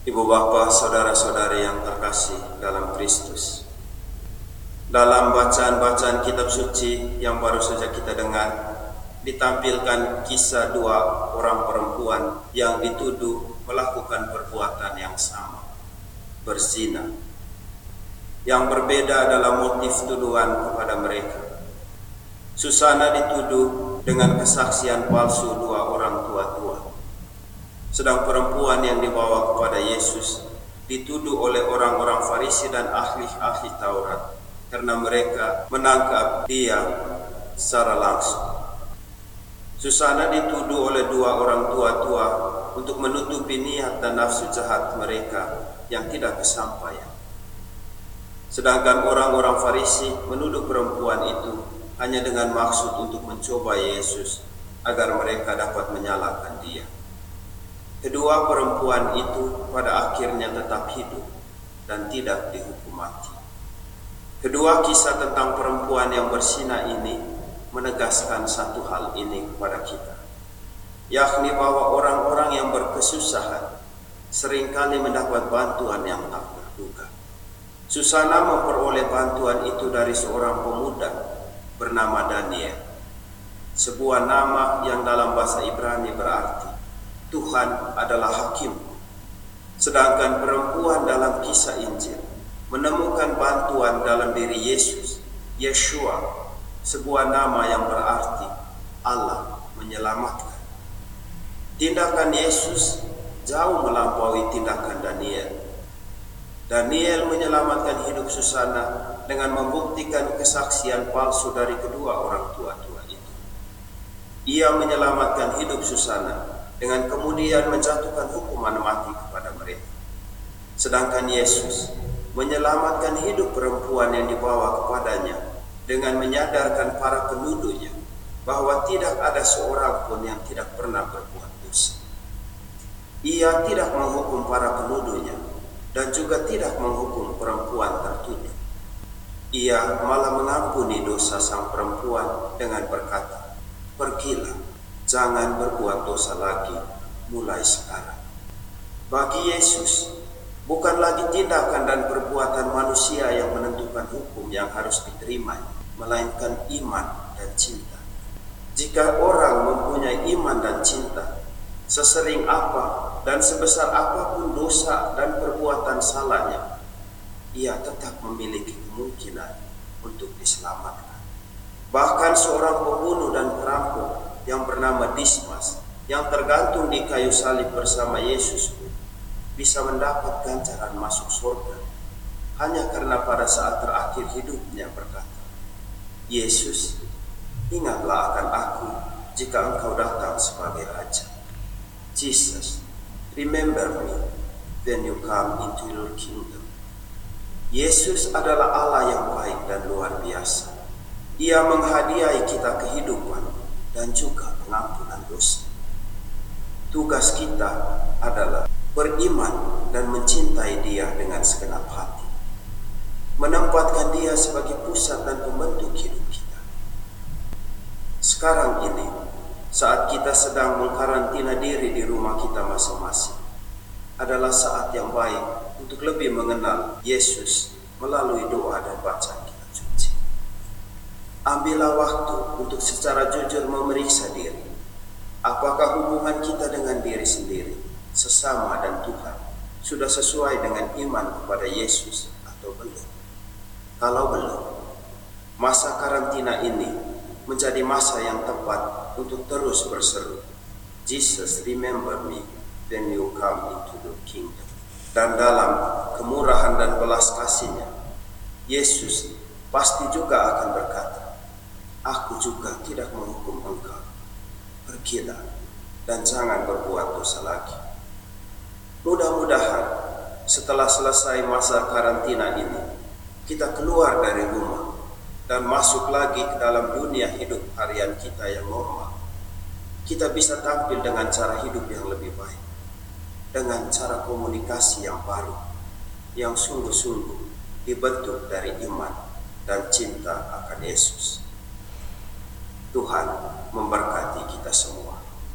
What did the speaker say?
Ibu bapa, saudara-saudari yang terkasih dalam Kristus, dalam bacaan-bacaan kitab suci yang baru saja kita dengar, ditampilkan kisah dua orang perempuan yang dituduh melakukan perbuatan yang sama, berzina. Yang berbeda adalah motif tuduhan kepada mereka. Susana dituduh dengan kesaksian palsu dua orang tua-tua, sedang perempuan yang dibawa kepada Yesus dituduh oleh orang-orang Farisi dan ahli-ahli Taurat karena mereka menangkap dia secara langsung. Susana dituduh oleh dua orang tua-tua untuk menutupi niat dan nafsu jahat mereka yang tidak kesampaian. Sedangkan orang-orang Farisi menuduh perempuan itu hanya dengan maksud untuk mencoba Yesus agar mereka dapat menyalahkan dia. Kedua perempuan itu pada akhirnya tetap hidup dan tidak dihukum mati. Kedua kisah tentang perempuan yang berzina ini menegaskan satu hal ini kepada kita, yakni bahwa orang-orang yang berkesusahan seringkali mendapat bantuan yang tak terduga. Susana memperoleh bantuan itu dari seorang pemuda bernama Daniel, sebuah nama yang dalam bahasa Ibrani berarti Tuhan adalah hakim. Sedangkan perempuan dalam kisah Injil menemukan bantuan dalam diri Yesus, Yeshua, sebuah nama yang berarti Allah menyelamatkan. Tindakan Yesus jauh melampaui tindakan Daniel. Daniel menyelamatkan hidup Susana dengan membuktikan kesaksian palsu dari kedua orang tua-tua itu. Ia menyelamatkan hidup Susana dengan kemudian menjatuhkan hukuman mati kepada mereka. Sedangkan Yesus menyelamatkan hidup perempuan yang dibawa kepadanya dengan menyadarkan para penuduhnya bahwa tidak ada seorang pun yang tidak pernah berbuat dosa. Ia tidak menghukum para penuduhnya dan juga tidak menghukum perempuan tertuduh. Ia malah mengampuni dosa sang perempuan dengan berkata, "Pergilah, jangan berbuat dosa lagi mulai sekarang." Bagi Yesus, bukan lagi tindakan dan perbuatan manusia yang menentukan hukum yang harus diterima, melainkan iman dan cinta. Jika orang mempunyai iman dan cinta, sesering apa dan sebesar apapun dosa dan perbuatan salahnya, ia tetap memiliki kemungkinan untuk diselamatkan. Bahkan seorang pembunuh dan perampok yang bernama Dismas, yang tergantung di kayu salib bersama Yesus, bisa mendapat ganjaran masuk surga hanya karena pada saat terakhir hidupnya berkata, "Yesus, ingatlah akan aku jika engkau datang sebagai Raja." Jesus, remember me when you come into your kingdom. Yesus adalah Allah yang baik dan luar biasa. Ia menghadiahi kita kehidupan dan juga pengampunan dosa. Tugas kita adalah beriman dan mencintai Dia dengan segenap hati, menempatkan Dia sebagai pusat dan pembentuk hidup kita. Sekarang ini, saat kita sedang mengkarantina diri di rumah kita masing-masing, adalah saat yang baik untuk lebih mengenal Yesus melalui doa dan bacaan kitab suci. Ambillah waktu untuk secara jujur memeriksa diri. Apakah hubungan kita dengan diri sendiri, sesama dan Tuhan sudah sesuai dengan iman kepada Yesus atau belum? Kalau belum, masa karantina ini menjadi masa yang tepat untuk terus berseru, "Jesus, remember me when you come into the kingdom." Dan dalam kemurahan dan belas kasih-Nya, Yesus pasti juga akan berkata, "Aku juga tidak menghukum engkau. Pergilah dan jangan berbuat dosa lagi." Mudah-mudahan setelah selesai masa karantina ini, kita keluar dari rumah dan masuk lagi ke dalam dunia hidup harian kita yang normal. Kita bisa tampil dengan cara hidup yang lebih baik, dengan cara komunikasi yang baru, yang sungguh-sungguh dibentuk dari iman dan cinta akan Yesus. Tuhan memberkati kita semua.